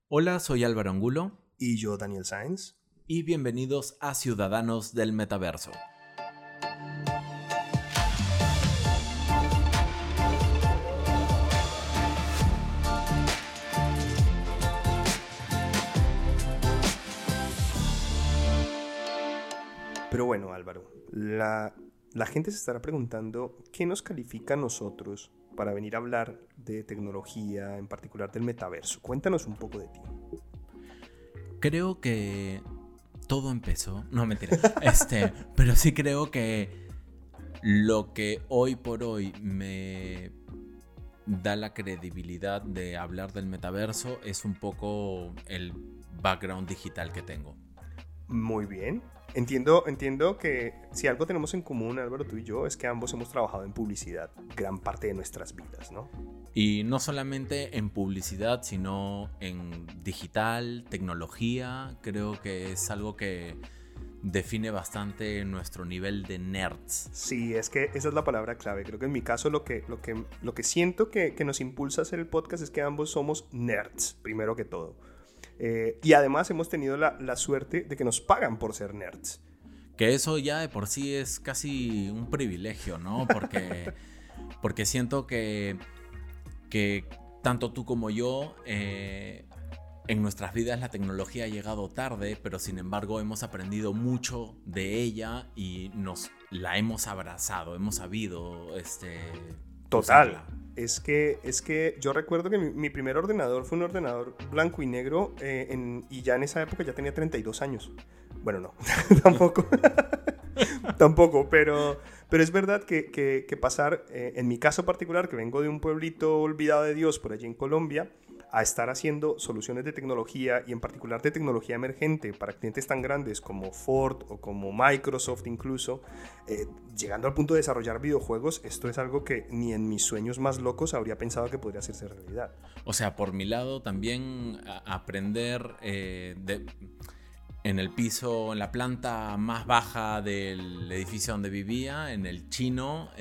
Hola, soy Álvaro Angulo Y yo, Daniel Sáenz. y bienvenidos a Ciudadanos del Metaverso. Pero bueno, Álvaro, la gente se estará preguntando qué nos califica a nosotros para venir a hablar de tecnología, en particular del metaverso. Cuéntanos un poco de ti. Creo que todo empezó, no mentira, pero sí creo que lo que hoy por hoy me da la credibilidad de hablar del metaverso es un poco el background digital que tengo. Muy bien. Entiendo que si algo tenemos en común, Álvaro, tú y yo, es que ambos hemos trabajado en publicidad gran parte de nuestras vidas, ¿no? Y no solamente en publicidad, sino en digital, tecnología. Creo que es algo que define bastante nuestro nivel de nerds. Sí, es que esa es la palabra clave. Creo que en mi caso lo que siento que nos impulsa a hacer el podcast es que ambos somos nerds, primero que todo. Y además hemos tenido la suerte de que nos pagan por ser nerds. Que eso ya de por sí es casi un privilegio, ¿no? Porque siento que tanto tú como yo, en nuestras vidas la tecnología ha llegado tarde, pero sin embargo hemos aprendido mucho de ella y nos la hemos abrazado, hemos sabido Total. usarla. Es que yo recuerdo que mi primer ordenador fue un ordenador blanco y negro y ya en esa época ya tenía 32 años. Bueno, no, tampoco. Tampoco, pero es verdad que pasar, en mi caso particular, que vengo de un pueblito olvidado de Dios por allí en Colombia, a estar haciendo soluciones de tecnología y en particular de tecnología emergente para clientes tan grandes como Ford o como Microsoft incluso, llegando al punto de desarrollar videojuegos, esto es algo que ni en mis sueños más locos habría pensado que podría hacerse realidad. O sea, por mi lado también aprender en el piso, en la planta más baja del edificio donde vivía, en el chino,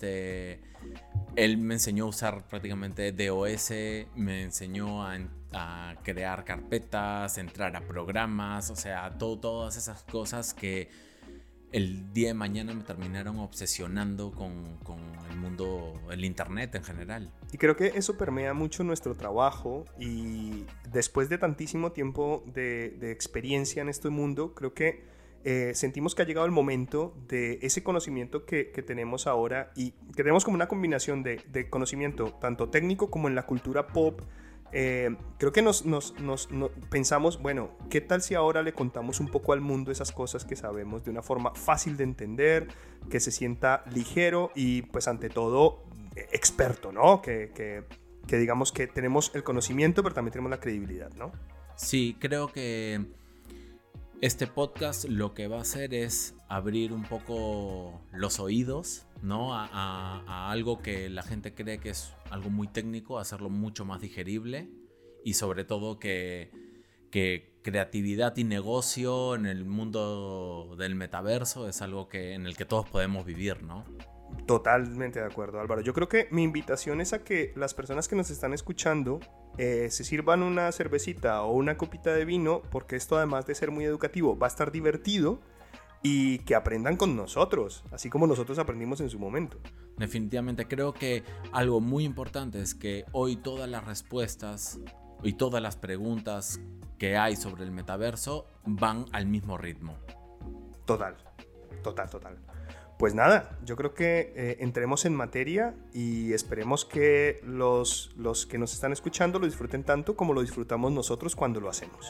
él me enseñó a usar prácticamente DOS, me enseñó a crear carpetas, entrar a programas, o sea, todas esas cosas que el día de mañana me terminaron obsesionando con el mundo, el internet en general. Y creo que eso permea mucho nuestro trabajo y después de tantísimo tiempo de experiencia en este mundo, creo que sentimos que ha llegado el momento de ese conocimiento que tenemos ahora y que tenemos como una combinación de conocimiento tanto técnico como en la cultura pop. Creo que pensamos, bueno, ¿qué tal si ahora le contamos un poco al mundo esas cosas que sabemos de una forma fácil de entender, que se sienta ligero y pues ante todo experto, ¿no? Que digamos que tenemos el conocimiento pero también tenemos la credibilidad, ¿no? Sí, creo que este podcast lo que va a hacer es abrir un poco los oídos, ¿no? a algo que la gente cree que es algo muy técnico, hacerlo mucho más digerible y sobre todo que creatividad y negocio en el mundo del metaverso es algo en el que todos podemos vivir, ¿no? Totalmente de acuerdo, Álvaro. Yo creo que mi invitación es a que las personas que nos están escuchando se sirvan una cervecita o una copita de vino, porque esto, además de ser muy educativo, va a estar divertido y que aprendan con nosotros, así como nosotros aprendimos en su momento. Definitivamente creo que algo muy importante es que hoy todas las respuestas y todas las preguntas que hay sobre el metaverso van al mismo ritmo. Total. Pues nada, yo creo que entremos en materia y esperemos que los que nos están escuchando lo disfruten tanto como lo disfrutamos nosotros cuando lo hacemos.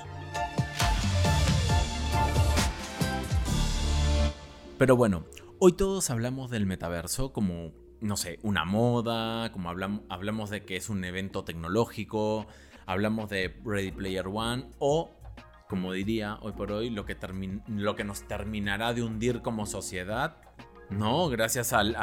Pero bueno, hoy todos hablamos del metaverso como, no sé, una moda, como hablamos de que es un evento tecnológico, hablamos de Ready Player One o, como diría hoy por hoy, lo que nos terminará de hundir como sociedad, ¿no? Gracias al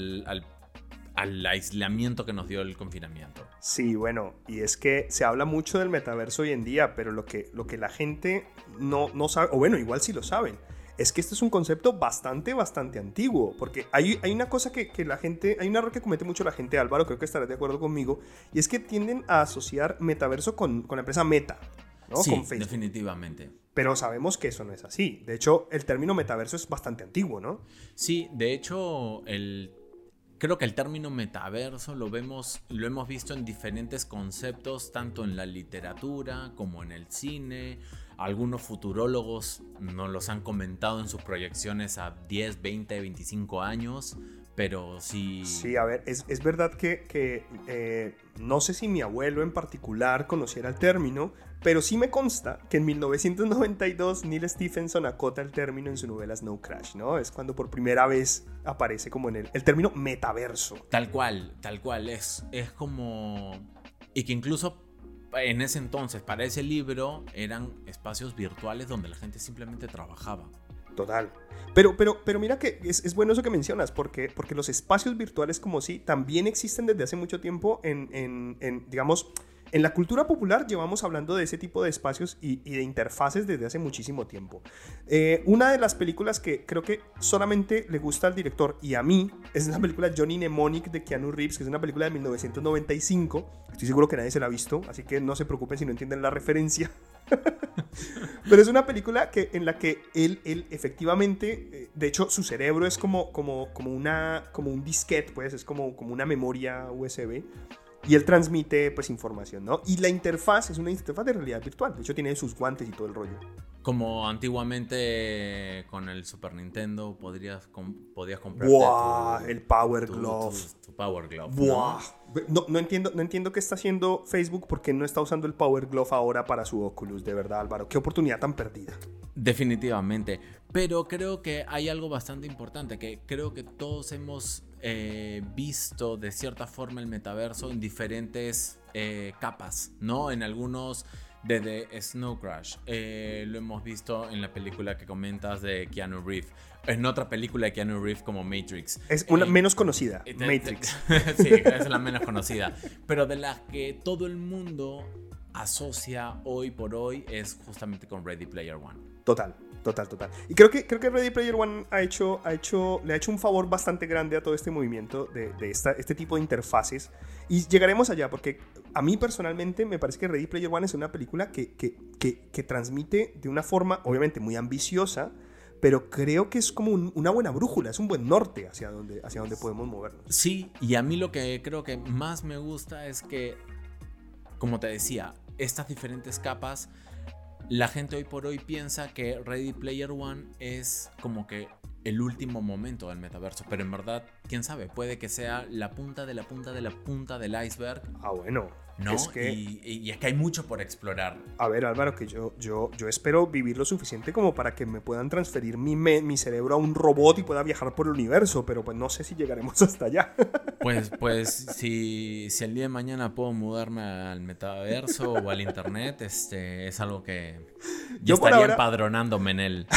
aislamiento que nos dio el confinamiento. Sí, bueno, y es que se habla mucho del metaverso hoy en día, pero lo que la gente no sabe, o bueno, igual sí lo saben, es que este es un concepto bastante antiguo, porque hay una cosa que la gente, hay un error que comete mucho la gente, Álvaro, creo que estarás de acuerdo conmigo, y es que tienden a asociar metaverso con la empresa Meta. ¿no? Sí, Con Facebook. definitivamente. Pero sabemos que eso no es así. De hecho, el término metaverso es bastante antiguo, ¿no? Sí, de hecho, creo que el término metaverso lo hemos visto en diferentes conceptos, tanto en la literatura como en el cine. Algunos futurólogos nos los han comentado en sus proyecciones a 10, 20, 25 años, pero sí... Sí, a ver, es verdad que no sé si mi abuelo en particular conociera el término, pero sí me consta que en 1992 Neil Stephenson acota el término en su novela Snow Crash, ¿no? Es cuando por primera vez aparece como en el término metaverso. Tal cual, es como... Y que incluso en ese entonces, para ese libro, eran espacios virtuales donde la gente simplemente trabajaba. Total. Pero mira que es bueno eso que mencionas, porque los espacios virtuales como sí también existen desde hace mucho tiempo digamos, en la cultura popular llevamos hablando de ese tipo de espacios y de interfaces desde hace muchísimo tiempo. Una de las películas que creo que solamente le gusta al director y a mí es la película Johnny Mnemonic de Keanu Reeves, que es una película de 1995. Estoy seguro que nadie se la ha visto, así que no se preocupen si no entienden la referencia. Pero es una película en la que él efectivamente, de hecho su cerebro es como un disquete, pues es como una memoria USB. Y él transmite pues información, ¿no? Y la interfaz es una interfaz de realidad virtual. De hecho tiene sus guantes y todo el rollo. Como antiguamente con el Super Nintendo podías comprarte ¡Buah! El Power Glove. Tu Power Glove. ¡Buah! No entiendo qué está haciendo Facebook porque no está usando el Power Glove ahora para su Oculus, de verdad, Álvaro. Qué oportunidad tan perdida. Definitivamente. Pero creo que hay algo bastante importante, que creo que todos hemos visto de cierta forma el metaverso en diferentes capas, ¿no? En algunos desde Snow Crash, lo hemos visto en la película que comentas de Keanu Reeves, en otra película de Keanu Reeves como Matrix. Es una menos conocida, Matrix. Sí, es la menos conocida, pero de las que todo el mundo asocia hoy por hoy es justamente con Ready Player One. Total. Y creo que Ready Player One le ha hecho un favor bastante grande a todo este movimiento de este tipo de interfaces. Y llegaremos allá, porque a mí personalmente me parece que Ready Player One es una película que transmite de una forma obviamente muy ambiciosa, pero creo que es como una buena brújula, es un buen norte hacia donde podemos movernos. Sí, y a mí lo que creo que más me gusta es que, como te decía, estas diferentes capas, la gente hoy por hoy piensa que Ready Player One es como que el último momento del metaverso, pero en verdad, quién sabe, puede que sea la punta de la punta de la punta del iceberg. Ah, bueno. ¿No? Y es que hay mucho por explorar. A ver, Álvaro, que yo espero vivir lo suficiente como para que me puedan transferir mi cerebro a un robot y pueda viajar por el universo, pero pues no sé si llegaremos hasta allá. Pues si el día de mañana puedo mudarme al metaverso o al internet, es algo que yo estaría empadronándome en él.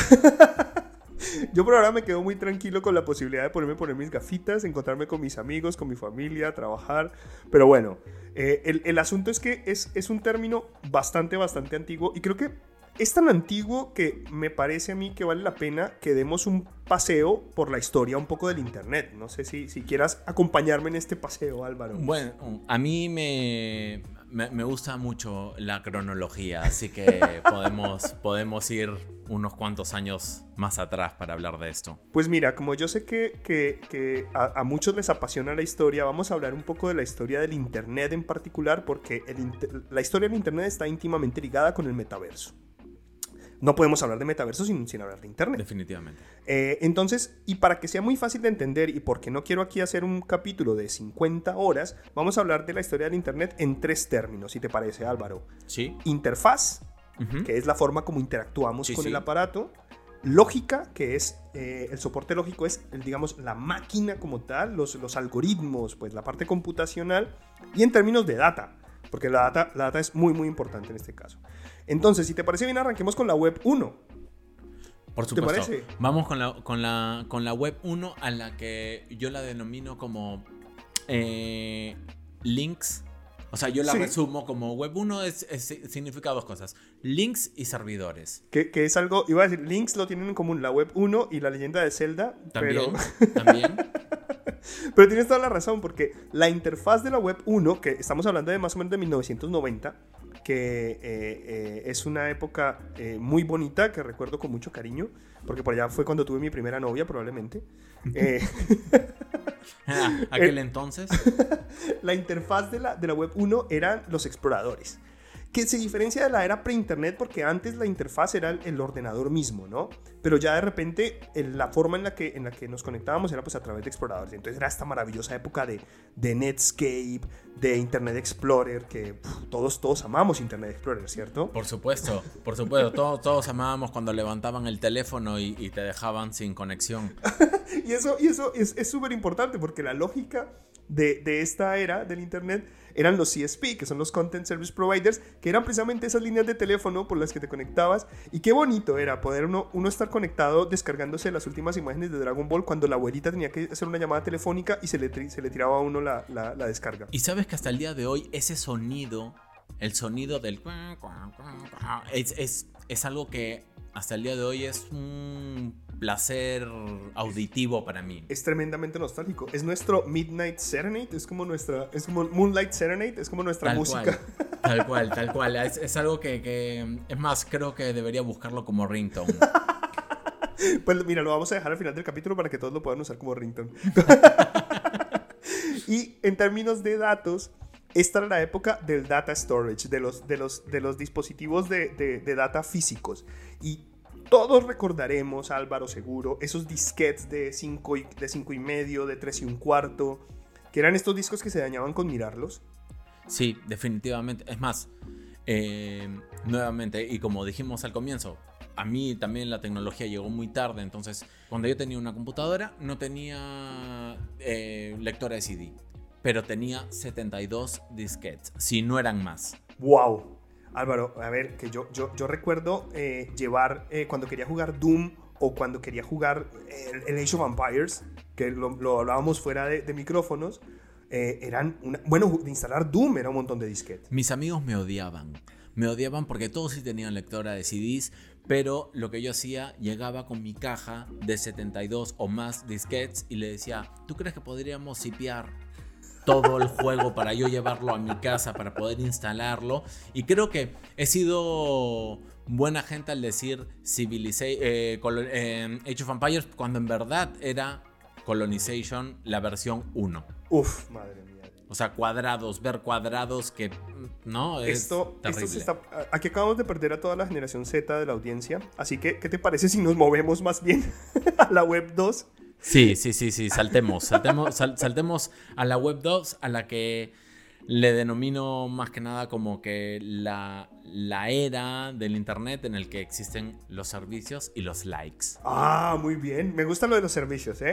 Yo por ahora me quedo muy tranquilo con la posibilidad de poner mis gafitas, encontrarme con mis amigos, con mi familia, trabajar. Pero bueno, el asunto es que es un término bastante antiguo y creo que es tan antiguo que me parece a mí que vale la pena que demos un paseo por la historia un poco del internet. No sé si quieras acompañarme en este paseo, Álvaro. Bueno, a mí me gusta mucho la cronología, así que podemos ir unos cuantos años más atrás para hablar de esto. Pues mira, como yo sé que a muchos les apasiona la historia, vamos a hablar un poco de la historia del internet en particular, porque la historia del internet está íntimamente ligada con el metaverso. No podemos hablar de metaverso sin hablar de internet. Definitivamente. Entonces, y para que sea muy fácil de entender, y porque no quiero aquí hacer un capítulo de 50 horas, vamos a hablar de la historia del internet en 3 términos, si te parece, Álvaro. Sí. Interfaz, que es la forma como interactuamos con el aparato. Lógica, que es el soporte lógico, es digamos la máquina como tal, los algoritmos, pues la parte computacional. Y en términos de data, porque la data es muy importante en este caso. Entonces, si te parece bien, arranquemos con la web 1. Por supuesto. ¿Te parece? Vamos con la web 1, a la que yo la denomino como links. O sea, yo la resumo como web 1 significa 2 cosas: links y servidores. Que es algo, iba a decir, links lo tienen en común la web 1 y la leyenda de Zelda. También. Pero tienes toda la razón, porque la interfaz de la web 1, que estamos hablando de más o menos de 1990, que es una época muy bonita que recuerdo con mucho cariño, porque por allá fue cuando tuve mi primera novia probablemente. Aquel entonces. La interfaz de la Web 1 eran los exploradores, que se diferencia de la era pre-internet porque antes la interfaz era el ordenador mismo, ¿no? Pero ya de repente la forma en la que nos conectábamos era pues a través de exploradores. Entonces era esta maravillosa época de Netscape, de Internet Explorer, que todos amamos Internet Explorer, ¿cierto? Por supuesto. Todos amábamos cuando levantaban el teléfono y te dejaban sin conexión. Y eso es súper importante porque la lógica de esta era del Internet eran los CSP, que son los Content Service Providers, que eran precisamente esas líneas de teléfono por las que te conectabas. Y qué bonito era poder uno estar conectado descargándose las últimas imágenes de Dragon Ball cuando la abuelita tenía que hacer una llamada telefónica y se le tiraba a uno la descarga. Y sabes que hasta el día de hoy ese sonido, el sonido del es algo que hasta el día de hoy es un placer auditivo para mí. Es tremendamente nostálgico. Es nuestro Midnight Serenade, es como Moonlight Serenade, es como nuestra música. Tal cual. Es algo que es más, creo que debería buscarlo como ringtone. Pues mira, lo vamos a dejar al final del capítulo para que todos lo puedan usar como ringtone. Y en términos de datos, esta era la época del data storage, de los dispositivos de data físicos. Y todos recordaremos, Álvaro, seguro, esos disquetes de 5.5, de 3 1/4, que eran estos discos que se dañaban con mirarlos. Sí, definitivamente. Es más, nuevamente, y como dijimos al comienzo, a mí también la tecnología llegó muy tarde. Entonces, cuando yo tenía una computadora, no tenía lectora de CD, pero tenía 72 disquetes, si no eran más. ¡Wow! Álvaro, a ver, que yo recuerdo llevar, cuando quería jugar Doom o cuando quería jugar el Age of Empires, que lo hablábamos fuera de micrófonos, de instalar Doom era un montón de disquetes. Mis amigos me odiaban porque todos sí tenían lectora de CDs, pero lo que yo hacía, llegaba con mi caja de 72 o más disquetes y le decía, ¿tú crees que podríamos zipear todo el juego para yo llevarlo a mi casa para poder instalarlo? Y creo que he sido buena gente al decir Age of Empires, cuando en verdad era Colonization, la versión 1. Uf, madre mía. O sea, ver cuadrados que no es terrible. Aquí acabamos de perder a toda la generación Z de la audiencia, así que ¿qué te parece si nos movemos más bien a la Web 2? Sí, saltemos a la Web 2, a la que le denomino más que nada como que la era del internet en el que existen los servicios y los likes. Ah, muy bien, me gusta lo de los servicios,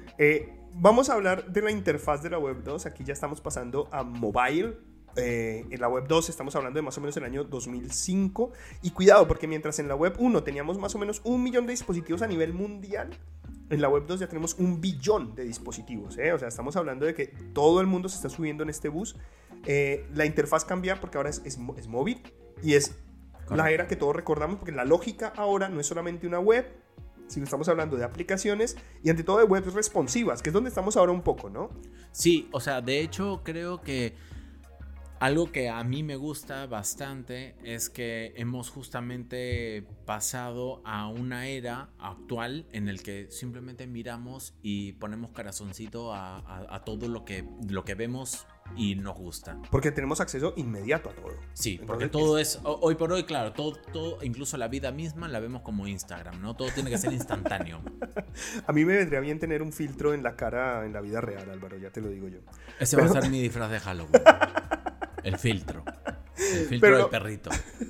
vamos a hablar de la interfaz de la Web 2, aquí ya estamos pasando a mobile. En la Web 2 estamos hablando de más o menos el año 2005, y cuidado porque mientras en la Web 1 teníamos más o menos 1 millón de dispositivos a nivel mundial, en la Web 2 ya tenemos 1 billón de dispositivos, O sea, estamos hablando de que todo el mundo se está subiendo en este bus. La interfaz cambia porque ahora es móvil y es Correcto. La era que todos recordamos, porque la lógica ahora no es solamente una web, sino estamos hablando de aplicaciones y ante todo de webs responsivas, que es donde estamos ahora un poco, ¿no? Sí, o sea, de hecho creo que algo que a mí me gusta bastante es que hemos justamente pasado a una era actual en el que simplemente miramos y ponemos corazoncito a todo lo que vemos y nos gusta. Porque tenemos acceso inmediato a todo. Sí, porque todo es hoy por hoy, claro, todo, incluso la vida misma la vemos como Instagram, ¿no? Todo tiene que ser instantáneo. A mí me vendría bien tener un filtro en la cara en la vida real, Álvaro, ya te lo digo yo. Ese va a ser mi disfraz de Halloween. El filtro del perrito.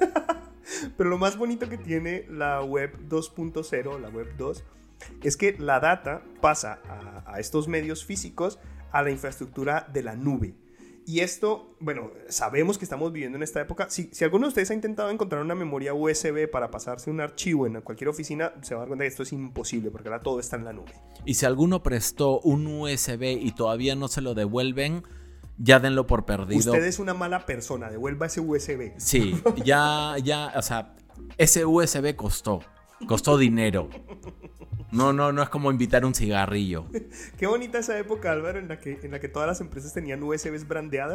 Pero lo más bonito que tiene la web 2.0, la web 2, es que la data pasa a estos medios físicos a la infraestructura de la nube. Y esto, bueno, sabemos que estamos viviendo en esta época. Si alguno de ustedes ha intentado encontrar una memoria USB para pasarse un archivo en cualquier oficina, se va a dar cuenta que esto es imposible porque ahora todo está en la nube. Y si alguno prestó un USB y todavía no se lo devuelven, ya denlo por perdido. Usted es una mala persona, devuelva ese USB. Sí, ya, o sea, ese USB costó dinero. No es como invitar un cigarrillo. Qué bonita esa época, Álvaro, en la que todas las empresas tenían USBs brandeadas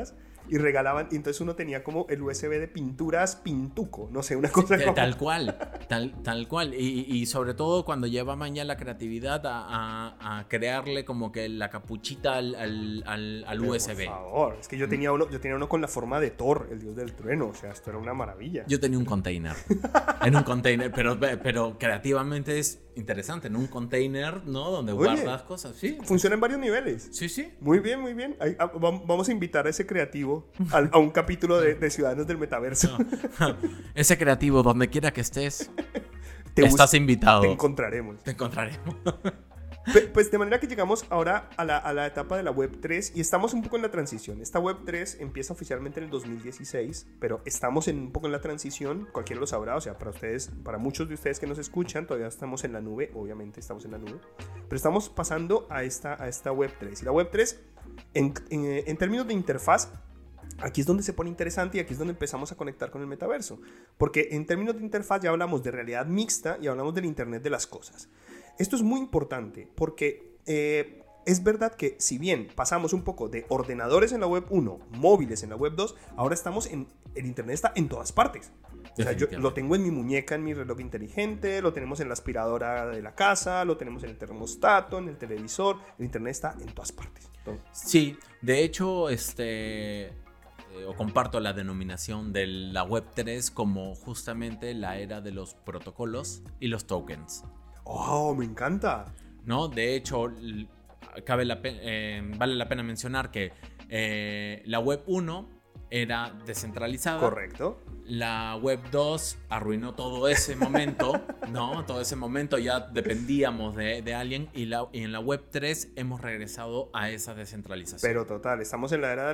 y regalaban, y entonces uno tenía como el USB de pinturas Pintuco, no sé, una cosa como... Tal cual, tal cual. Y sobre todo cuando llevaban ya la creatividad a crearle como que la capuchita al USB. Por favor, es que yo tenía uno con la forma de Thor, el dios del trueno, o sea, esto era una maravilla. Yo tenía un container. En un container, pero creativamente es interesante, en un container, ¿no? Donde guardas cosas, sí. Funciona en varios niveles. Sí, sí. Muy bien, muy bien. Vamos a invitar a ese creativo a un capítulo de Ciudadanos del Metaverso. No. Ese creativo, donde quiera que estés, estás invitado. Te encontraremos. Pues de manera que llegamos ahora a la etapa de la Web 3 y estamos un poco en la transición. Esta Web 3 empieza oficialmente en el 2016, pero estamos un poco en la transición, cualquiera lo sabrá, o sea, para ustedes, para muchos de ustedes que nos escuchan, todavía estamos en la nube, obviamente estamos en la nube, pero estamos pasando a esta Web 3. Y la Web 3, en términos de interfaz, aquí es donde se pone interesante y aquí es donde empezamos a conectar con el metaverso, porque en términos de interfaz ya hablamos de realidad mixta y hablamos del Internet de las cosas. Esto es muy importante porque es verdad que si bien pasamos un poco de ordenadores en la web 1, móviles en la web 2, ahora el Internet está en todas partes. O sea, yo lo tengo en mi muñeca, en mi reloj inteligente, lo tenemos en la aspiradora de la casa, lo tenemos en el termostato, en el televisor. El Internet está en todas partes. Sí, de hecho, o comparto la denominación de la web 3 como justamente la era de los protocolos y los tokens. ¡Oh, me encanta! ¿No? De hecho, vale la pena mencionar que la web 1 era descentralizada. Correcto. La web 2 arruinó todo ese momento, ¿no? Todo ese momento ya dependíamos de alguien y en la web 3 hemos regresado a esa descentralización. Pero total, estamos en la era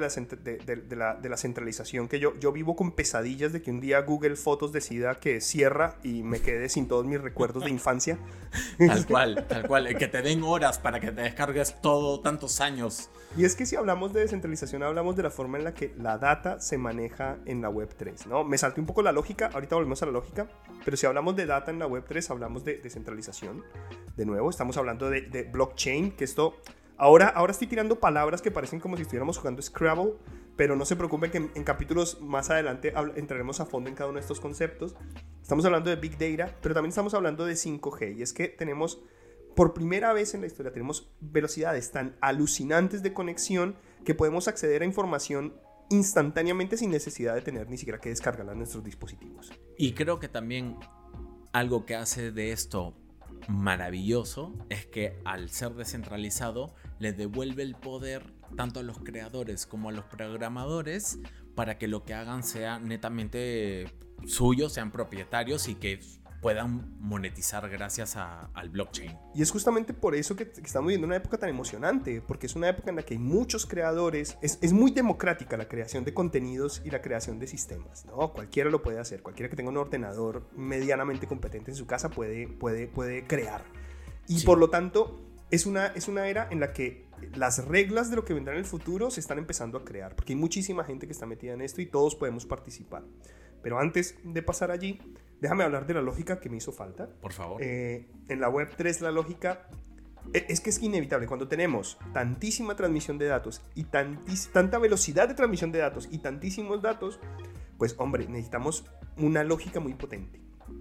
de la centralización que yo vivo con pesadillas de que un día Google Fotos decida que cierra y me quede sin todos mis recuerdos de infancia. Tal cual. Que te den horas para que te descargues todo tantos años. Y es que si hablamos de descentralización, hablamos de la forma en la que la data se maneja en la web 3, ¿no? Me salté un poco la lógica, ahorita volvemos a la lógica, pero si hablamos de data en la web 3, hablamos de descentralización. De nuevo, estamos hablando de blockchain, que esto... Ahora estoy tirando palabras que parecen como si estuviéramos jugando Scrabble, pero no se preocupen que en capítulos más adelante entraremos a fondo en cada uno de estos conceptos. Estamos hablando de Big Data, pero también estamos hablando de 5G, y es que tenemos... Por primera vez en la historia tenemos velocidades tan alucinantes de conexión que podemos acceder a información instantáneamente sin necesidad de tener ni siquiera que descargarla en nuestros dispositivos. Y creo que también algo que hace de esto maravilloso es que al ser descentralizado le devuelve el poder tanto a los creadores como a los programadores para que lo que hagan sea netamente suyo, sean propietarios y que puedan monetizar gracias al blockchain. Y es justamente por eso que estamos viviendo una época tan emocionante, porque es una época en la que hay muchos creadores, es muy democrática la creación de contenidos y la creación de sistemas, ¿no? Cualquiera lo puede hacer, cualquiera que tenga un ordenador medianamente competente en su casa puede crear. Y sí, por lo tanto, es una era en la que las reglas de lo que vendrá en el futuro se están empezando a crear, porque hay muchísima gente que está metida en esto y todos podemos participar. Pero antes de pasar allí, déjame hablar de la lógica que me hizo falta. Por favor. En la web 3 la lógica es que es inevitable. Cuando tenemos tantísima transmisión de datos y tanta velocidad de transmisión de datos y tantísimos datos, pues hombre, necesitamos una lógica muy potente.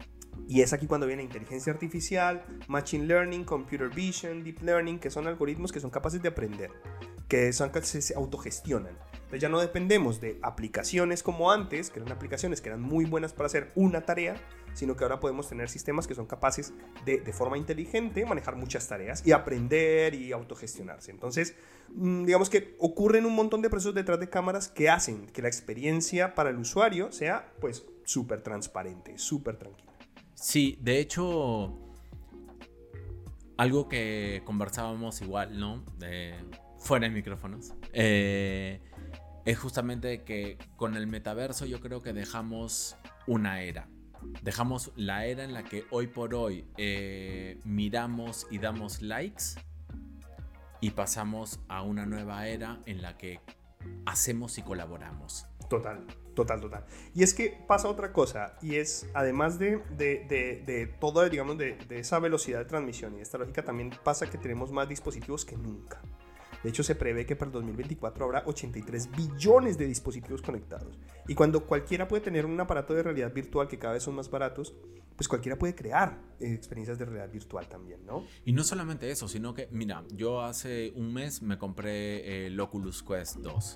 Y es aquí cuando viene inteligencia artificial, machine learning, computer vision, deep learning, que son algoritmos que son capaces de aprender, que se autogestionan. Entonces ya no dependemos de aplicaciones como antes, que eran aplicaciones que eran muy buenas para hacer una tarea, sino que ahora podemos tener sistemas que son capaces de forma inteligente manejar muchas tareas y aprender y autogestionarse. Entonces, digamos que ocurren un montón de procesos detrás de cámaras que hacen que la experiencia para el usuario sea pues súper transparente, súper tranquila. Sí, de hecho, algo que conversábamos igual, ¿no? Fuera de micrófonos. Es justamente que con el metaverso yo creo que dejamos una era. Dejamos la era en la que hoy por hoy miramos y damos likes y pasamos a una nueva era en la que hacemos y colaboramos. Total. Y es que pasa otra cosa, y es, además de toda, digamos, de esa velocidad de transmisión y esta lógica, también pasa que tenemos más dispositivos que nunca. De hecho, se prevé que para el 2024 habrá 83 billones de dispositivos conectados. Y cuando cualquiera puede tener un aparato de realidad virtual, que cada vez son más baratos, pues cualquiera puede crear experiencias de realidad virtual también, ¿no? Y no solamente eso, sino que, mira, yo hace un mes me compré el Oculus Quest 2.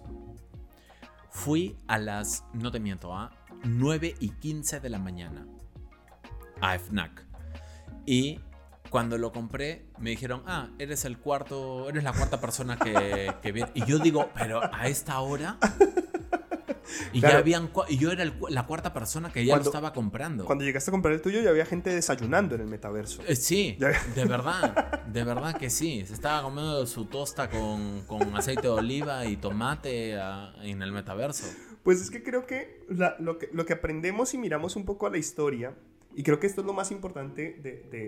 Fui a las, no te miento, a 9:15 de la mañana a FNAC. Y cuando lo compré, me dijeron, eres la cuarta persona que viene. Y yo digo, pero a esta hora. Y claro, y yo era la cuarta persona que ya lo estaba comprando. Cuando llegaste a comprar el tuyo, ya había gente desayunando en el metaverso. Sí, de verdad que sí. Se estaba comiendo su tosta con aceite de oliva y tomate en el metaverso. Pues es que creo que lo que aprendemos y miramos un poco a la historia, y creo que esto es lo más importante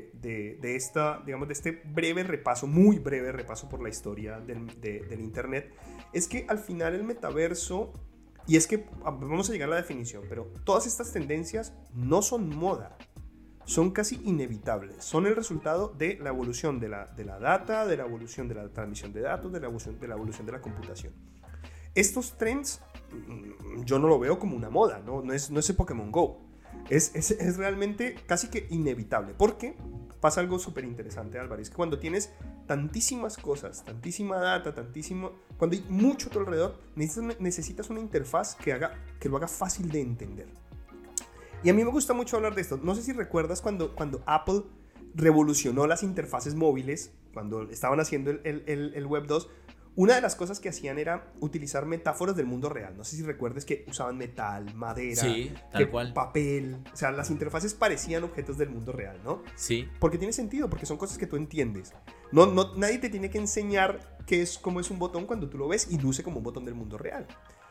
de este breve repaso, muy breve repaso por la historia del Internet, es que al final el metaverso, y es que vamos a llegar a la definición, pero todas estas tendencias no son moda, son casi inevitables, son el resultado de la evolución de la data, de la evolución de la transmisión de datos, de la evolución de la computación. Estos trends yo no lo veo como una moda, no es Pokémon Go. Es realmente casi que inevitable, porque pasa algo súper interesante, Álvaro, es que cuando tienes tantísimas cosas, tantísima data, cuando hay mucho a tu alrededor, necesitas una interfaz que lo haga fácil de entender. Y a mí me gusta mucho hablar de esto. No sé si recuerdas cuando Apple revolucionó las interfaces móviles, cuando estaban haciendo el Web 2. Una de las cosas que hacían era utilizar metáforas del mundo real. No sé si recuerdas que usaban metal, madera, sí, tal cual, papel. O sea, las interfaces parecían objetos del mundo real, ¿no? Sí. Porque tiene sentido, porque son cosas que tú entiendes. Nadie te tiene que enseñar cómo es un botón cuando tú lo ves y luce como un botón del mundo real.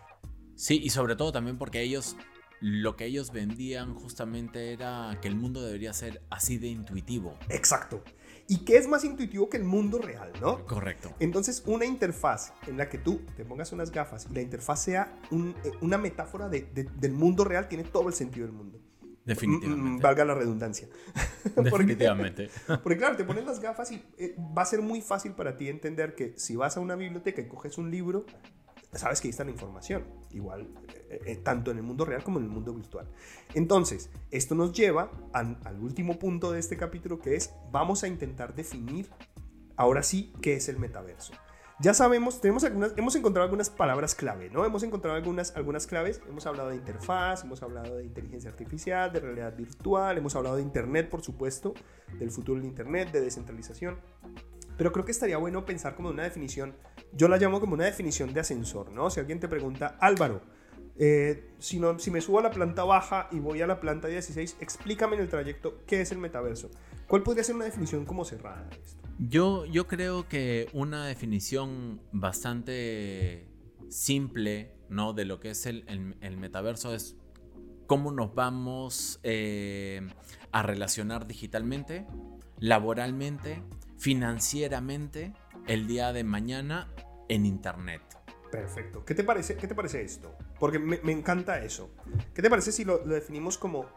Sí, y sobre todo también porque lo que ellos vendían justamente era que el mundo debería ser así de intuitivo. Exacto. ¿Y qué es más intuitivo que el mundo real, no? Correcto. Entonces, una interfaz en la que tú te pongas unas gafas y la interfaz sea una metáfora del mundo real, tiene todo el sentido del mundo. Definitivamente. Valga la redundancia. Definitivamente. Porque claro, te pones las gafas y va a ser muy fácil para ti entender que si vas a una biblioteca y coges un libro, sabes que ahí está la información. Igual, tanto en el mundo real como en el mundo virtual. Entonces, esto nos lleva al último punto de este capítulo, que es, vamos a intentar definir, ahora sí, qué es el metaverso. Ya sabemos, hemos encontrado algunas palabras clave, ¿no? Hemos encontrado algunas claves. Hemos hablado de interfaz, hemos hablado de inteligencia artificial, de realidad virtual, hemos hablado de Internet, por supuesto, del futuro del Internet, de descentralización. Pero creo que estaría bueno pensar como una definición, yo la llamo como una definición de ascensor, ¿no? Si alguien te pregunta, Álvaro, si me subo a la planta baja y voy a la planta 16, explícame en el trayecto qué es el metaverso. ¿Cuál podría ser una definición como cerrada de esto? Yo creo que una definición bastante simple, ¿no?, de lo que es el metaverso es cómo nos vamos a relacionar digitalmente, laboralmente, financieramente el día de mañana en Internet. Perfecto. ¿Qué te parece esto? Porque me encanta eso. ¿Qué te parece si lo definimos como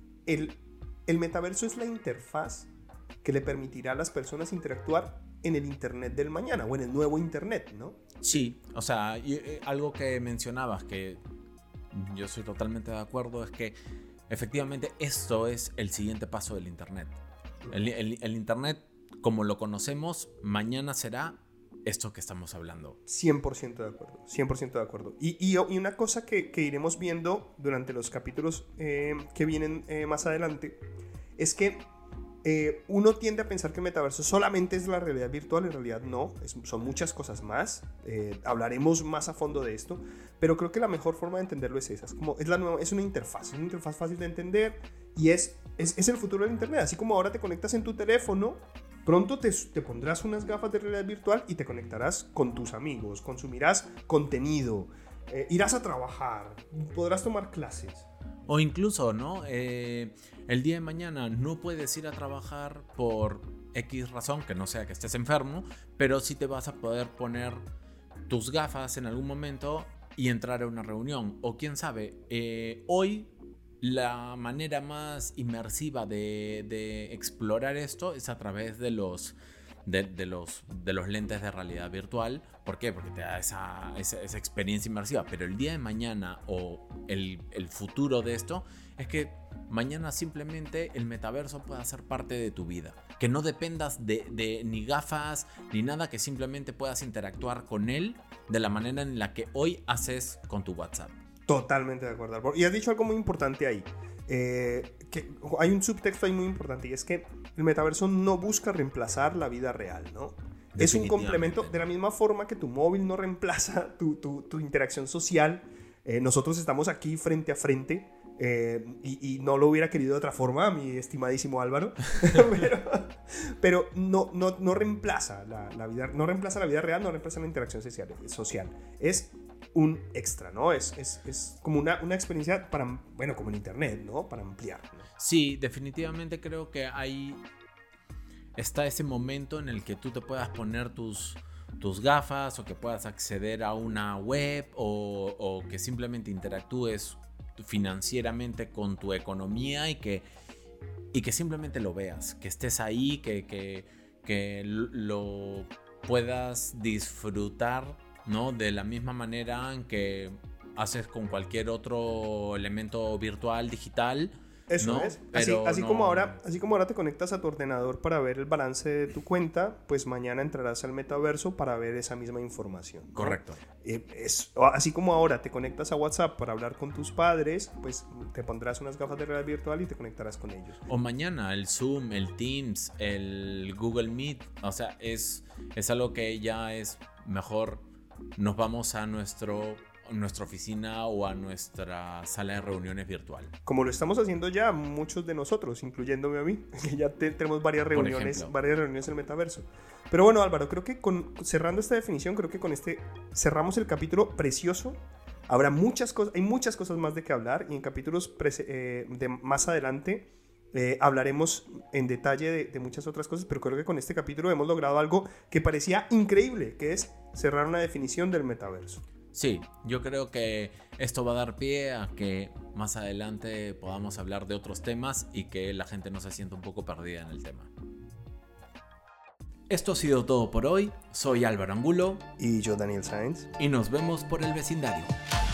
el metaverso es la interfaz que le permitirá a las personas interactuar en el Internet del mañana o en el nuevo Internet, ¿no? Sí, o sea, algo que mencionabas que yo soy totalmente de acuerdo es que efectivamente esto es el siguiente paso del Internet. El Internet, como lo conocemos, mañana será esto que estamos hablando. 100% de acuerdo, 100% de acuerdo. Y una cosa que iremos viendo durante los capítulos que vienen más adelante es que uno tiende a pensar que el metaverso solamente es la realidad virtual. En realidad no, son muchas cosas más. Hablaremos más a fondo de esto, pero creo que la mejor forma de entenderlo es esa. Es una interfaz fácil de entender y es el futuro del Internet. Así como ahora te conectas en tu teléfono, pronto te pondrás unas gafas de realidad virtual y te conectarás con tus amigos, consumirás contenido, irás a trabajar, podrás tomar clases. O incluso, ¿no? El día de mañana no puedes ir a trabajar por X razón, que no sea que estés enfermo, pero sí te vas a poder poner tus gafas en algún momento y entrar a una reunión. O quién sabe, hoy la manera más inmersiva de explorar esto es a través de los de los lentes de realidad virtual. ¿Por qué? Porque te da esa experiencia inmersiva. Pero el día de mañana o el futuro de esto es que mañana simplemente el metaverso pueda ser parte de tu vida. Que no dependas de ni gafas ni nada, que simplemente puedas interactuar con él de la manera en la que hoy haces con tu WhatsApp. Totalmente de acuerdo, Álvaro. Y has dicho algo muy importante ahí. Que hay un subtexto ahí muy importante, y es que el metaverso no busca reemplazar la vida real, ¿no? Es un complemento, de la misma forma que tu móvil no reemplaza tu interacción social. Nosotros estamos aquí frente a frente, y no lo hubiera querido de otra forma, mi estimadísimo Álvaro. pero no reemplaza la vida, no reemplaza la vida real, no reemplaza la interacción social. Es un extra, ¿no? Es como una experiencia para, bueno, como en internet, ¿no? Para ampliar, ¿no? Sí, definitivamente creo que está ese momento en el que tú te puedas poner tus gafas, o que puedas acceder a una web, o que simplemente interactúes financieramente con tu economía, y que simplemente lo veas, que estés ahí, que lo puedas disfrutar, ¿no? De la misma manera en que haces con cualquier otro elemento virtual, digital. Eso, ¿no? Es. Así como ahora te conectas a tu ordenador para ver el balance de tu cuenta, pues mañana entrarás al metaverso para ver esa misma información, ¿no? Correcto. Así como ahora te conectas a WhatsApp para hablar con tus padres, pues te pondrás unas gafas de realidad virtual y te conectarás con ellos. O mañana el Zoom, el Teams, el Google Meet. O sea, es algo que ya es mejor. Nos vamos a nuestra oficina o a nuestra sala de reuniones virtual. Como lo estamos haciendo ya muchos de nosotros, incluyéndome a mí, que ya tenemos varias reuniones en el metaverso. Pero bueno, Álvaro, creo que cerrando esta definición, creo que con cerramos el capítulo precioso. Habrá hay muchas cosas más de que hablar, y en capítulos de más adelante hablaremos en detalle de muchas otras cosas, pero creo que con este capítulo hemos logrado algo que parecía increíble, que es cerrar una definición del metaverso. Sí, yo creo que esto va a dar pie a que más adelante podamos hablar de otros temas y que la gente no se sienta un poco perdida en el tema. Esto ha sido todo por hoy. Soy Álvaro Angulo. Y yo, Daniel Sáenz. Y nos vemos por el vecindario.